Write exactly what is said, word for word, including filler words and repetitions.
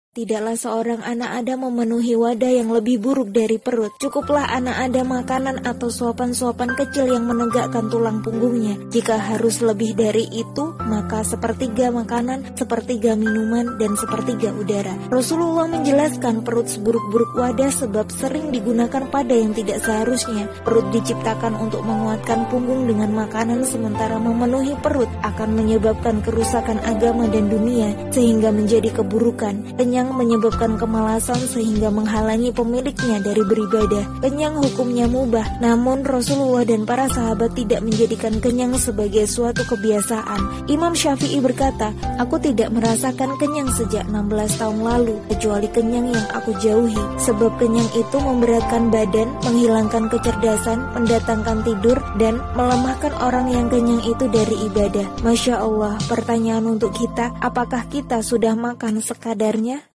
Tidaklah seorang anak Adam memenuhi wadah yang lebih buruk dari perut. Cukuplah anak Adam makanan atau suapan-suapan kecil yang menegakkan tulang punggungnya. Jika harus lebih dari itu, maka sepertiga makanan, sepertiga minuman, dan sepertiga udara. Rasulullah menjelaskan perut seburuk-buruk wadah sebab sering digunakan pada yang tidak seharusnya. Perut diciptakan untuk menguatkan punggung dengan makanan, sementara memenuhi perut akan menyebabkan kerusakan agama dan dunia sehingga menjadi keburukan. Kenyang menyebabkan kemalasan sehingga menghalangi pemiliknya dari beribadah. Kenyang hukumnya mubah, namun Rasulullah dan para sahabat tidak menjadikan kenyang sebagai suatu kebiasaan. Imam Syafi'i berkata, "Aku tidak merasakan kenyang sejak enam belas tahun lalu, kecuali kenyang yang aku jauhi. Sebab kenyang itu memberatkan badan, menghilangkan kecerdasan, mendatangkan tidur, dan melemahkan orang yang kenyang itu dari ibadah." Masya Allah, pertanyaan untuk kita, apakah kita sudah makan sekadarnya?